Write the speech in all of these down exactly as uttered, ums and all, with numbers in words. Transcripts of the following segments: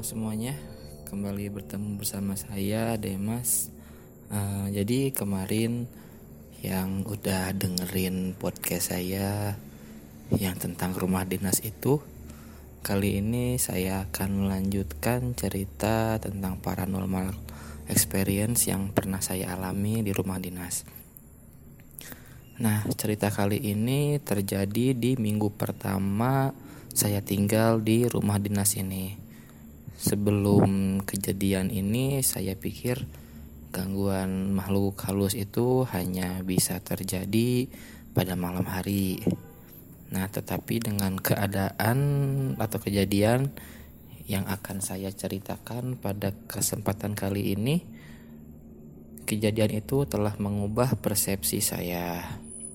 Halo semuanya, kembali bertemu bersama saya Demas. Uh, jadi kemarin yang udah dengerin podcast saya yang tentang rumah dinas itu, kali ini saya akan melanjutkan cerita tentang paranormal experience yang pernah saya alami di rumah dinas. Nah, cerita kali ini terjadi di minggu pertama saya tinggal di rumah dinas ini. Sebelum kejadian ini saya pikir gangguan makhluk halus itu hanya bisa terjadi pada malam hari. Nah, tetapi dengan keadaan atau kejadian yang akan saya ceritakan pada kesempatan kali ini, kejadian itu telah mengubah persepsi saya.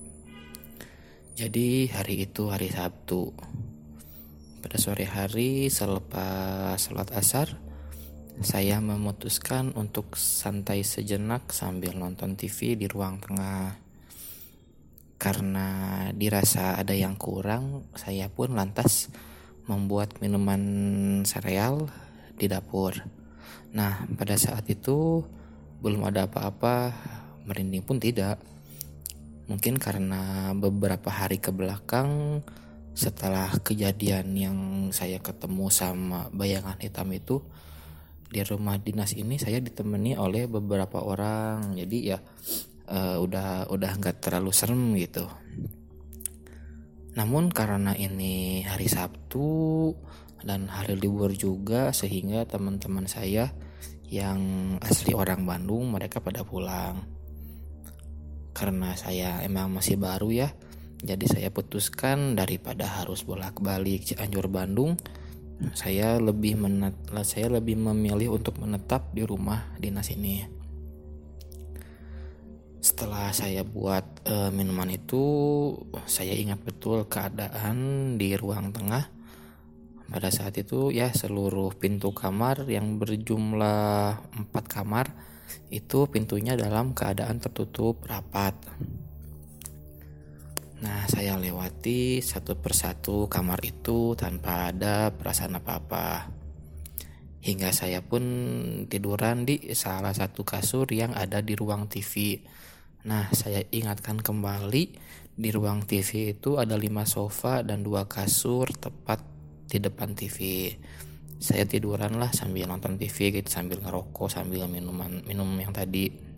Jadi hari itu hari Sabtu. Pada sore hari selepas sholat asar, saya memutuskan untuk santai sejenak sambil nonton T V di ruang tengah. Karena dirasa ada yang kurang, saya pun lantas membuat minuman sereal di dapur. Nah, pada saat itu belum ada apa-apa, merinding pun tidak. Mungkin karena beberapa hari ke belakang setelah kejadian yang saya ketemu sama bayangan hitam itu, di rumah dinas ini saya ditemani oleh beberapa orang. Jadi ya uh, udah udah nggak terlalu serem gitu. Namun karena ini hari Sabtu dan hari libur juga, sehingga teman-teman saya yang asli orang Bandung mereka pada pulang. Karena saya emang masih baru ya, jadi saya putuskan daripada harus bolak-balik Cianjur Bandung, saya lebih menet- saya lebih memilih untuk menetap di rumah dinas ini. Setelah saya buat e, minuman itu, saya ingat betul keadaan di ruang tengah. Pada saat itu ya seluruh pintu kamar yang berjumlah empat kamar itu pintunya dalam keadaan tertutup rapat. Nah, saya lewati satu persatu kamar itu tanpa ada perasaan apa-apa. Hingga saya pun tiduran di salah satu kasur yang ada di ruang T V. Nah, saya ingatkan kembali, di ruang T V itu ada lima sofa dan dua kasur tepat di depan T V. Saya tiduran lah sambil nonton T V gitu, sambil ngerokok, sambil minuman minum yang tadi.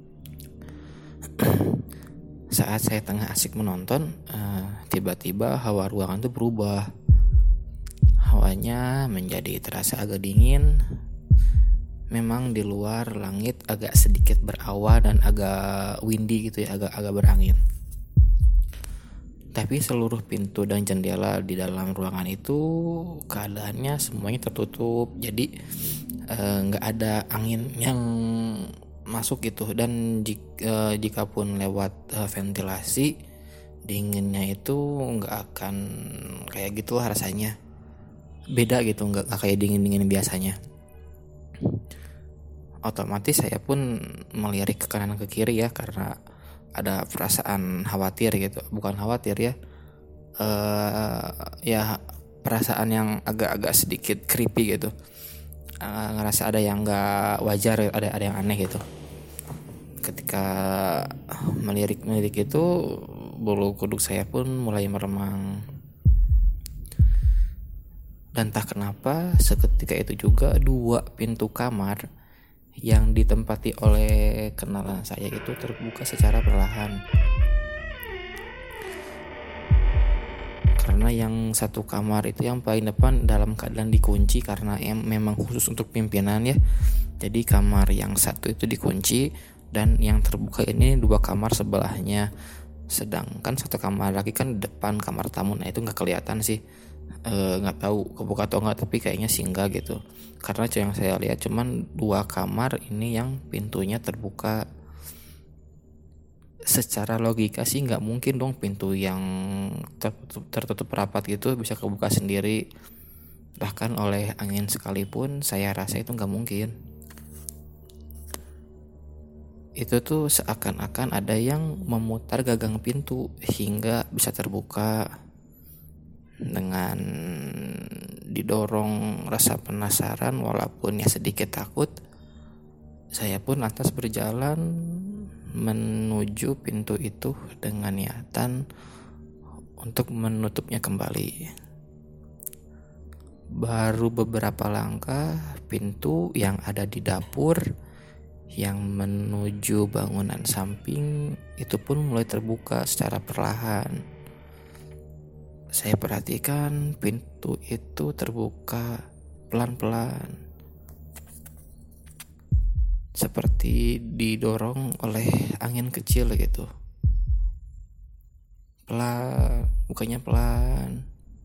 Saat saya tengah asik menonton, uh, tiba-tiba hawa ruangan itu berubah. Hawanya menjadi terasa agak dingin. Memang di luar langit agak sedikit berawan dan agak windy gitu ya, agak agak berangin. Tapi seluruh pintu dan jendela di dalam ruangan itu keadaannya semuanya tertutup. Jadi nggak uh, ada angin yang masuk gitu, dan jika, e, jika pun lewat e, ventilasi, dinginnya itu nggak akan kayak gitulah rasanya, beda gitu, nggak kayak dingin-dingin biasanya. Otomatis saya pun melirik ke kanan ke kiri ya, karena ada perasaan khawatir gitu, bukan khawatir ya, e, ya perasaan yang agak-agak sedikit creepy gitu. Uh, ngerasa ada yang nggak wajar, ada ada yang aneh gitu. Ketika melirik-melirik itu, bulu kuduk saya pun mulai meremang. Dan tak kenapa seketika itu juga dua pintu kamar yang ditempati oleh kenalan saya itu terbuka secara perlahan. Karena yang satu kamar itu yang paling depan dalam keadaan dikunci, karena em, memang khusus untuk pimpinan ya. Jadi kamar yang satu itu dikunci, dan yang terbuka ini dua kamar sebelahnya. Sedangkan satu kamar lagi kan depan kamar tamu. Nah itu nggak kelihatan sih, nggak e, tahu kebuka atau nggak, tapi kayaknya sih enggak gitu. Karena yang saya lihat cuman dua kamar ini yang pintunya terbuka. Secara logika sih nggak mungkin dong pintu yang tertutup, tertutup rapat gitu bisa kebuka sendiri. Bahkan oleh angin sekalipun saya rasa itu nggak mungkin. Itu tuh seakan-akan ada yang memutar gagang pintu hingga bisa terbuka. Dengan didorong rasa penasaran walaupun ya sedikit takut, saya pun lantas berjalan menuju pintu itu dengan niatan untuk menutupnya kembali. Baru beberapa langkah, pintu yang ada di dapur yang menuju bangunan samping itu pun mulai terbuka secara perlahan. Saya perhatikan pintu itu terbuka pelan-pelan, seperti didorong oleh angin kecil gitu. Pelan, bukanya pelan.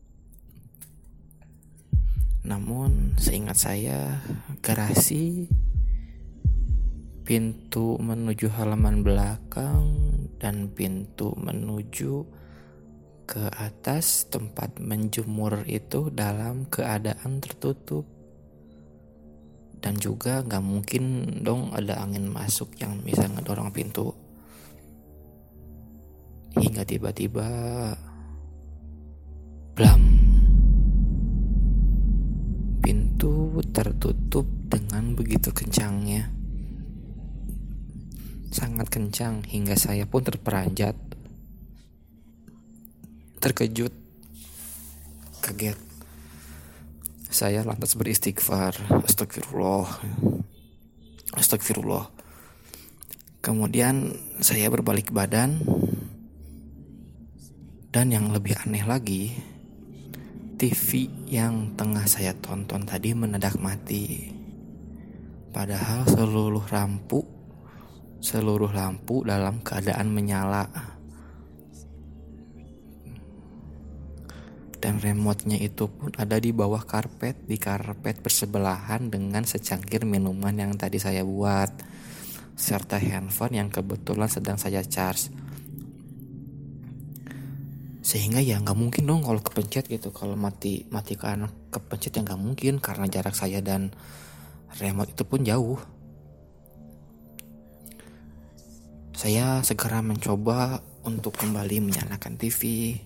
Namun seingat saya, garasi, pintu menuju halaman belakang, dan pintu menuju ke atas tempat menjemur itu dalam keadaan tertutup. Dan juga gak mungkin dong ada angin masuk yang bisa ngedorong pintu. Hingga tiba-tiba blam, pintu tertutup dengan begitu kencangnya. Sangat kencang hingga saya pun terperanjat, terkejut, kaget. Saya lantas beristighfar, astagfirullah, astagfirullah. Kemudian saya berbalik badan, dan yang lebih aneh lagi, T V yang tengah saya tonton tadi mendadak mati. Padahal seluruh lampu, seluruh lampu dalam keadaan menyala. Dan remote-nya itu pun ada di bawah karpet, di karpet bersebelahan dengan secangkir minuman yang tadi saya buat, serta handphone yang kebetulan sedang saya charge. Sehingga ya nggak mungkin dong kalau kepencet gitu, kalau mati mati karena kepencet ya nggak mungkin, karena jarak saya dan remote itu pun jauh. Saya segera mencoba untuk kembali menyalakan T V.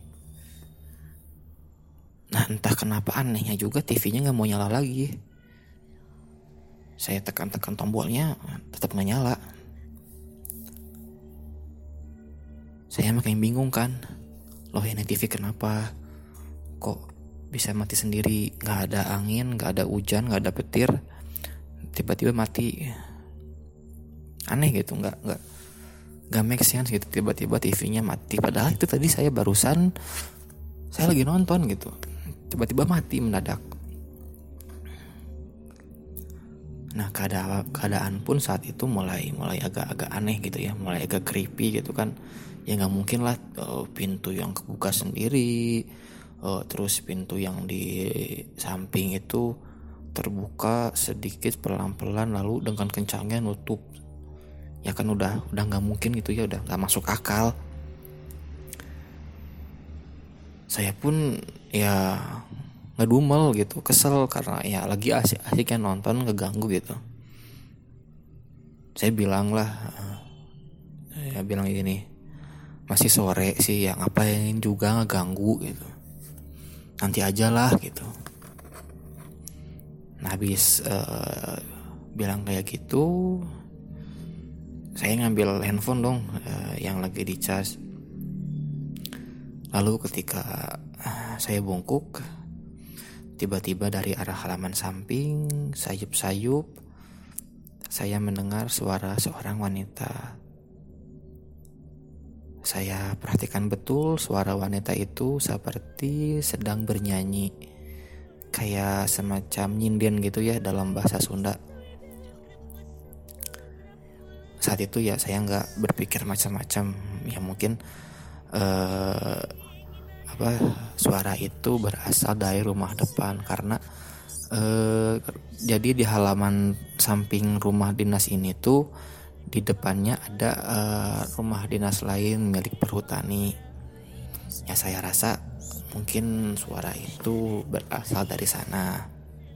Nah, entah kenapa anehnya juga T V-nya gak mau nyala lagi. Saya tekan-tekan tombolnya, tetap gak nyala. Saya makin bingung kan. Loh, ini T V kenapa? Kok bisa mati sendiri? Gak ada angin, gak ada hujan, gak ada petir, tiba-tiba mati. Aneh gitu, gak, gak, gak make sense gitu. Tiba-tiba T V-nya mati. Padahal itu tadi saya barusan, saya lagi nonton gitu, tiba-tiba mati mendadak. Nah, keadaan keadaan pun saat itu mulai mulai agak-agak aneh gitu ya, mulai agak creepy gitu kan. Ya nggak mungkin lah uh, pintu yang kebuka sendiri, uh, terus pintu yang di samping itu terbuka sedikit pelan-pelan lalu dengan kencangnya nutup. Ya kan udah udah nggak mungkin gitu ya, udah nggak masuk akal. Saya pun ya ngedumel gitu, kesel karena ya lagi asik-asiknya nonton, ngeganggu gitu. Saya bilang lah, ya bilang gini, masih sore sih, yang ngapain juga ngeganggu gitu, nanti aja lah gitu. Nah, habis uh, bilang kayak gitu, saya ngambil handphone dong uh, yang lagi di charge. Lalu ketika saya bungkuk, tiba-tiba dari arah halaman samping, sayup-sayup, saya mendengar suara seorang wanita. Saya perhatikan betul, suara wanita itu seperti sedang bernyanyi, kayak semacam nyinden gitu ya dalam bahasa Sunda. Saat itu ya saya gak berpikir macam-macam, ya mungkin Uh, apa suara itu berasal dari rumah depan, karena uh, jadi di halaman samping rumah dinas ini tuh di depannya ada uh, rumah dinas lain milik perhutani. Ya saya rasa mungkin suara itu berasal dari sana.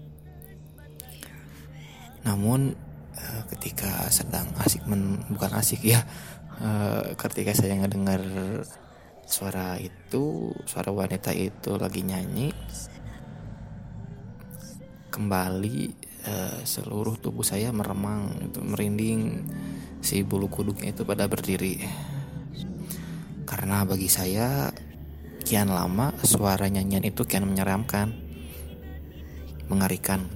Namun uh, ketika sedang asik men, bukan asik ya uh, ketika saya ngedengar suara itu, suara wanita itu lagi nyanyi, kembali uh, seluruh tubuh saya meremang, itu merinding, si bulu kuduknya itu pada berdiri. Karena bagi saya kian lama suara nyanyian itu kian menyeramkan, mengerikan.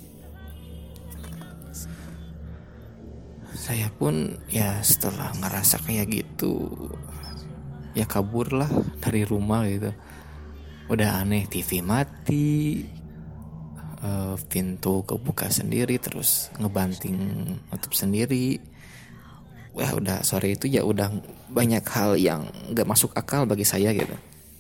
Saya pun ya setelah ngerasa kayak gitu, ya kaburlah dari rumah gitu. Udah aneh, T V mati, uh, pintu kebuka sendiri, terus ngebanting nutup sendiri. Wah udah sore itu ya udah banyak hal yang gak masuk akal bagi saya gitu.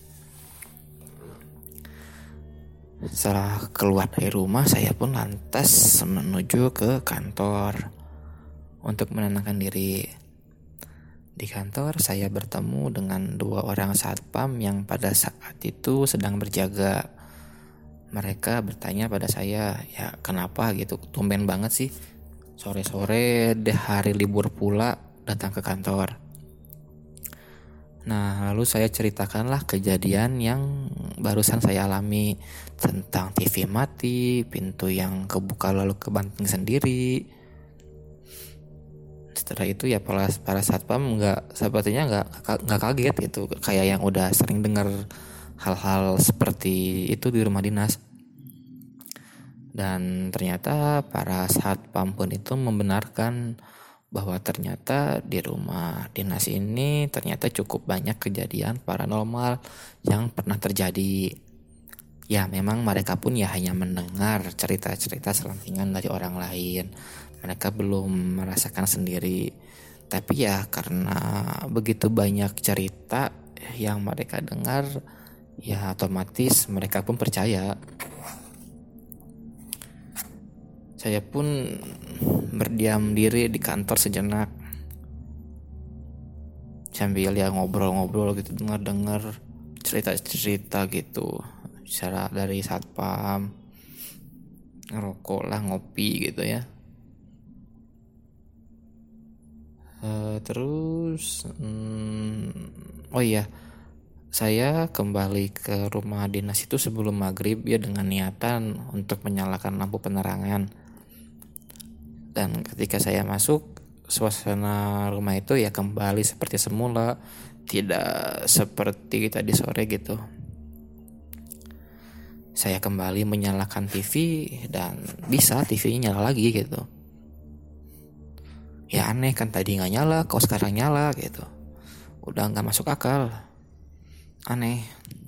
Setelah keluar dari rumah, saya pun lantas menuju ke kantor untuk menenangkan diri. Di kantor saya bertemu dengan dua orang satpam yang pada saat itu sedang berjaga. Mereka bertanya pada saya, ya kenapa gitu, tumben banget sih sore-sore di hari libur pula datang ke kantor. Nah, lalu saya ceritakanlah kejadian yang barusan saya alami tentang T V mati, pintu yang kebuka lalu kebanting sendiri. Setelah itu ya para, para satpam nggak, sepertinya nggak nggak kaget gitu, kayak yang udah sering dengar hal-hal seperti itu di rumah dinas. Dan ternyata para satpam pun itu membenarkan bahwa ternyata di rumah dinas ini ternyata cukup banyak kejadian paranormal yang pernah terjadi. Ya memang mereka pun ya hanya mendengar cerita-cerita selentingan dari orang lain. Mereka belum merasakan sendiri. Tapi ya karena begitu banyak cerita yang mereka dengar, ya otomatis mereka pun percaya. Saya pun berdiam diri di kantor sejenak sambil ya ngobrol-ngobrol gitu, dengar-dengar cerita-cerita gitu secara dari satpam, ngerokok lah, ngopi gitu ya. Uh, terus hmm, oh iya, saya kembali ke rumah dinas itu sebelum maghrib ya dengan niatan untuk menyalakan lampu penerangan. Dan ketika saya masuk, suasana rumah itu ya kembali seperti semula, tidak seperti tadi sore gitu. Saya kembali menyalakan T V dan bisa T V-nya nyala lagi gitu. Ya aneh kan, tadi gak nyala, kok sekarang nyala gitu. Udah gak masuk akal. Aneh.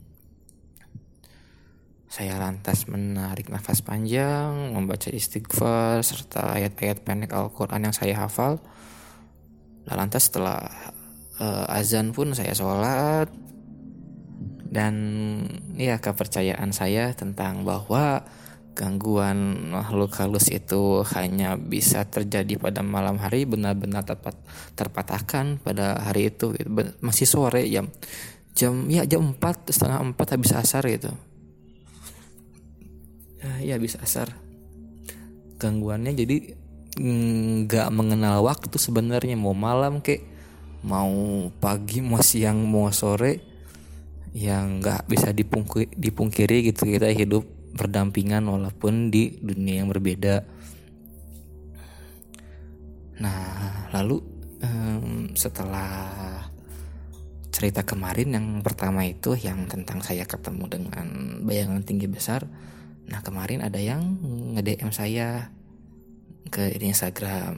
Saya lantas menarik nafas panjang, membaca istighfar serta ayat-ayat pendek Al-Quran yang saya hafal. Dan lantas setelah uh, azan pun saya sholat. Dan ya kepercayaan saya tentang bahwa gangguan makhluk halus itu hanya bisa terjadi pada malam hari benar-benar terpat, terpatahkan pada hari itu. Masih sore jam jam ya jam empat, setengah empat habis asar gitu. Ya habis asar. Gangguannya jadi nggak mengenal waktu sebenarnya, mau malam kek, mau pagi, mau siang, mau sore, ya nggak bisa dipungkiri, dipungkiri gitu, kita hidup berdampingan walaupun di dunia yang berbeda. Nah lalu um, setelah cerita kemarin yang pertama itu yang tentang saya ketemu dengan bayangan tinggi besar. Nah kemarin ada yang nge-D M saya ke Instagram.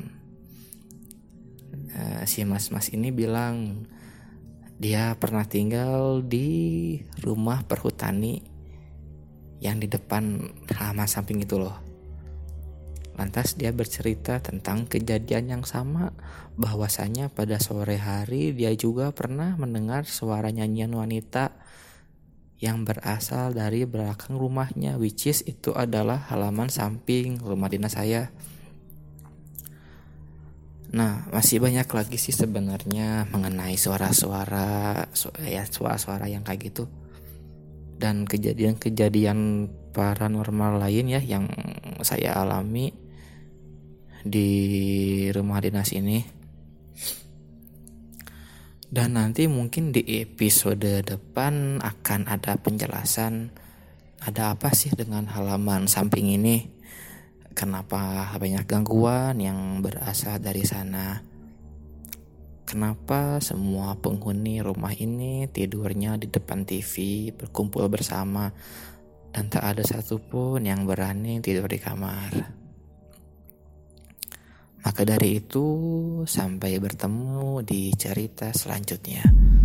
uh, Si mas-mas ini bilang dia pernah tinggal di rumah perhutani yang di depan halaman samping itu loh. Lantas dia bercerita tentang kejadian yang sama, bahwasanya pada sore hari dia juga pernah mendengar suara nyanyian wanita yang berasal dari belakang rumahnya, which is itu adalah halaman samping rumah dinas saya. Nah masih banyak lagi sih sebenarnya mengenai suara-suara ya suara-suara yang kayak gitu dan kejadian-kejadian paranormal lain ya yang saya alami di rumah dinas ini. Dan nanti mungkin di episode depan akan ada penjelasan ada apa sih dengan halaman samping ini. kenapa banyak gangguan yang berasal dari sana. Kenapa semua penghuni rumah ini tidurnya di depan T V, berkumpul bersama, dan tak ada satupun yang berani tidur di kamar. Maka dari itu, sampai bertemu di cerita selanjutnya.